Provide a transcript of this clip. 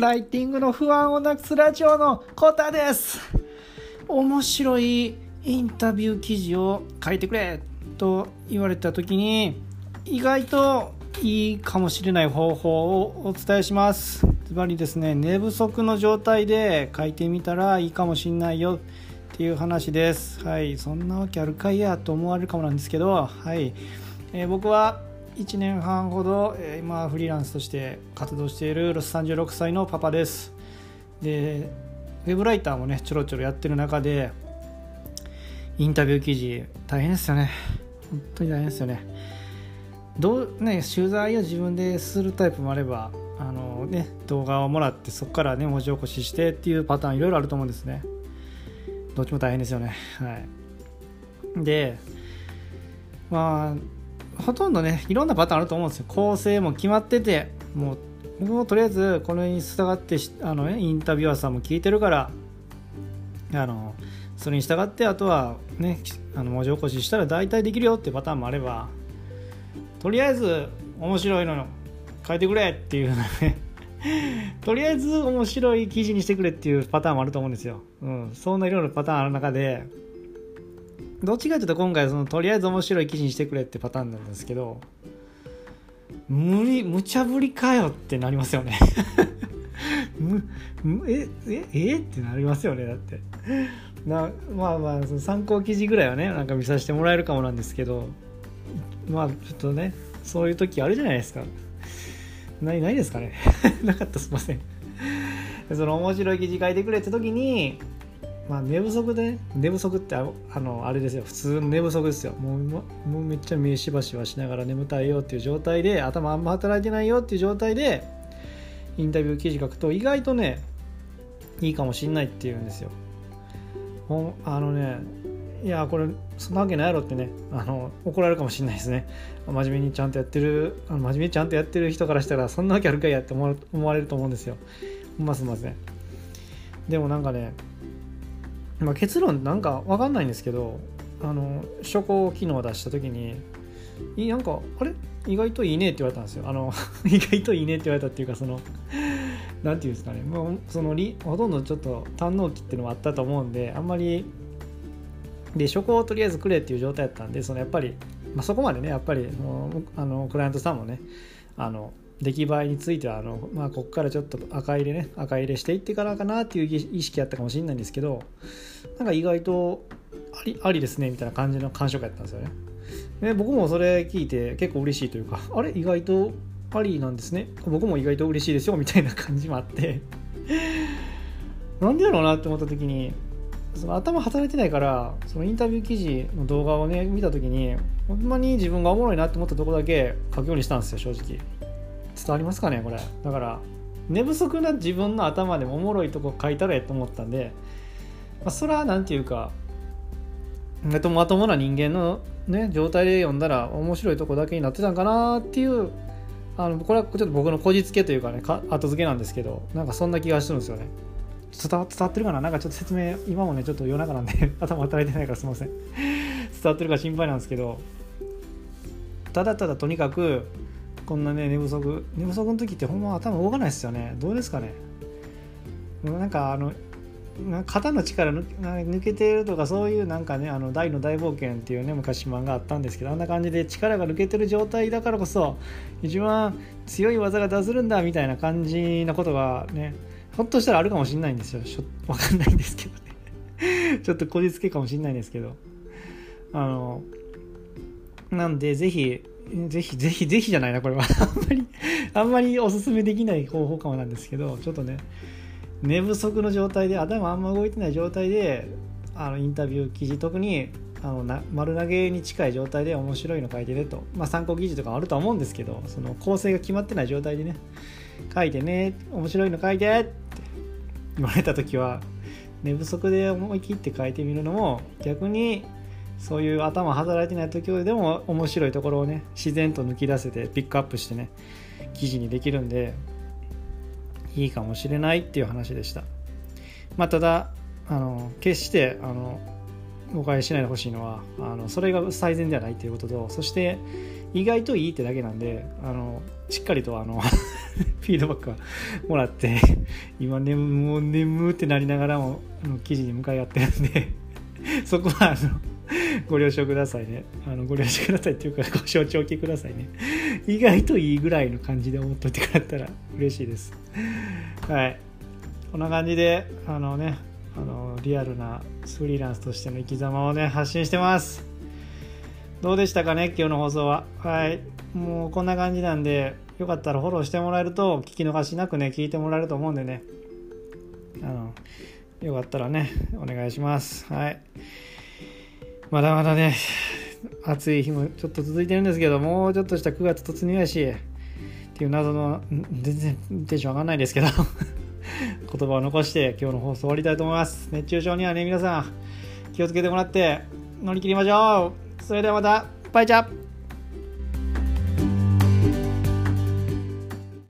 ライティングの不安をなくすラジオのコタです。面白いインタビュー記事を書いてくれと言われた時に、意外といいかもしれない方法をお伝えします。つまりですね、寝不足の状態で書いてみたらいいかもしれないよっていう話です。はい、そんなわけあるかいやと思われるかもなんですけど、はい、僕は1年半ほど、今フリーランスとして活動している36歳のパパです。で、ウェブライターもねちょろちょろやってる中で、インタビュー記事大変ですよね。本当に大変ですよね。取材を自分でするタイプもあれば、動画をもらってそこからね文字起こししてっていうパターンいろいろあると思うんですね。どっちも大変ですよね。はい。で、ほとんどねいろんなパターンあると思うんですよ。構成も決まってて、もうとりあえずこれに従ってインタビュアーさんも聞いてるから、それに従ってあとはね文字起こししたら大体できるよっていうパターンもあれば、とりあえず面白いの書いてくれっていうねとりあえず面白い記事にしてくれっていうパターンもあると思うんですよ。そんないろいろパターンある中で、どっちかというと今回とりあえず面白い記事にしてくれってパターンなんですけど、無茶ぶりかよってなりますよねってなりますよね。だって参考記事ぐらいはねなんか見させてもらえるかもなんですけど、ちょっとねそういう時あるじゃないですか。ないですかねなかった、すいませんその面白い記事書いてくれって時に、寝不足ってあれですよ、普通の寝不足ですよ。もうめっちゃ目しばしばしながら眠たいよっていう状態で、頭あんま働いてないよっていう状態でインタビュー記事書くと意外とねいいかもしんないっていうんですよ。いやこれそんなわけないやろってね怒られるかもしれないですね。真面目にちゃんとやってる人からしたらそんなわけあるかいやって思われると思うんですよ。すいません。でもなんかね、結論なんか分かんないんですけど、初稿機能を出した時になんか意外といいねって言われたんですよ。意外といいねって言われたっていうか、なんていうんですかね、ほとんどちょっと堪能期っていうのもあったと思うんで、あんまりで初稿をとりあえずくれっていう状態だったんで、やっぱり、そこまでねやっぱりクライアントさんもね出来栄えについてはここからちょっと赤入れしていってからかなっていう意識やったかもしれないんですけど、なんか意外とありですねみたいな感じの感触やったんですよね。で僕もそれ聞いて結構嬉しいというか、意外とありなんですね、僕も意外と嬉しいですよみたいな感じもあってなんでやろうなって思った時に、頭働いてないから、インタビュー記事の動画をね見た時に、ほんまに自分がおもろいなって思ったところだけ書くようにしたんですよ。正直伝わりますかねこれ。だから寝不足な自分の頭でもおもろいとこ書いたらと思ったんで、それはなんていうかまともな人間のね状態で読んだら面白いとこだけになってたんかなっていう、これはちょっと僕のこじつけというかね後付けなんですけど、なんかそんな気がするんですよね。伝わってるかな。なんかちょっと説明今もねちょっと夜中なんで頭働いてないからすいません伝わってるか心配なんですけど、ただとにかくこんなね寝不足の時ってほんま頭動かないですよね。どうですかね。なんか肩の力抜けてるとか、そういうなんかね大の大冒険っていうね昔漫画あったんですけど、あんな感じで力が抜けてる状態だからこそ一番強い技が出せるんだみたいな感じなことがねひょっとしたらあるかもしれないんですよ。わかんないんですけどねちょっとこじつけかもしれないんですけど、なんでぜひじゃないなこれはあんまりおすすめできない方法かもなんですけど、ちょっとね寝不足の状態で頭あんま動いてない状態でインタビュー記事、特に丸投げに近い状態で面白いの書いてねと、参考記事とかあるとは思うんですけど、その構成が決まってない状態でね書いてね、面白いの書いてって言われた時は、寝不足で思い切って書いてみるのも、逆にそういう頭働いてない時でも面白いところをね自然と抜き出せてピックアップしてね記事にできるんでいいかもしれないっていう話でした。ただ決して誤解しないでほしいのはそれが最善ではないということと、そして意外といいってだけなんで、しっかりとフィードバックはもらって、今もう眠ってなりながらも記事に向かい合ってるんでそこはご了承くださいね。ご了承くださいっていうか、ご承知おきくださいね。意外といいぐらいの感じで思っといてくれたら嬉しいです。はい。こんな感じで、リアルなフリーランスとしての生き様をね、発信してます。どうでしたかね、今日の放送は。はい。もうこんな感じなんで、よかったらフォローしてもらえると、聞き逃しなくね、聞いてもらえると思うんでね。よかったらね、お願いします。はい。まだまだね、暑い日もちょっと続いてるんですけど、もうちょっとした9月突入やし、っていう謎の、全然テンション上がんないですけど、言葉を残して今日の放送終わりたいと思います。熱中症にはね、皆さん気をつけてもらって乗り切りましょう。それではまた、バイチャー。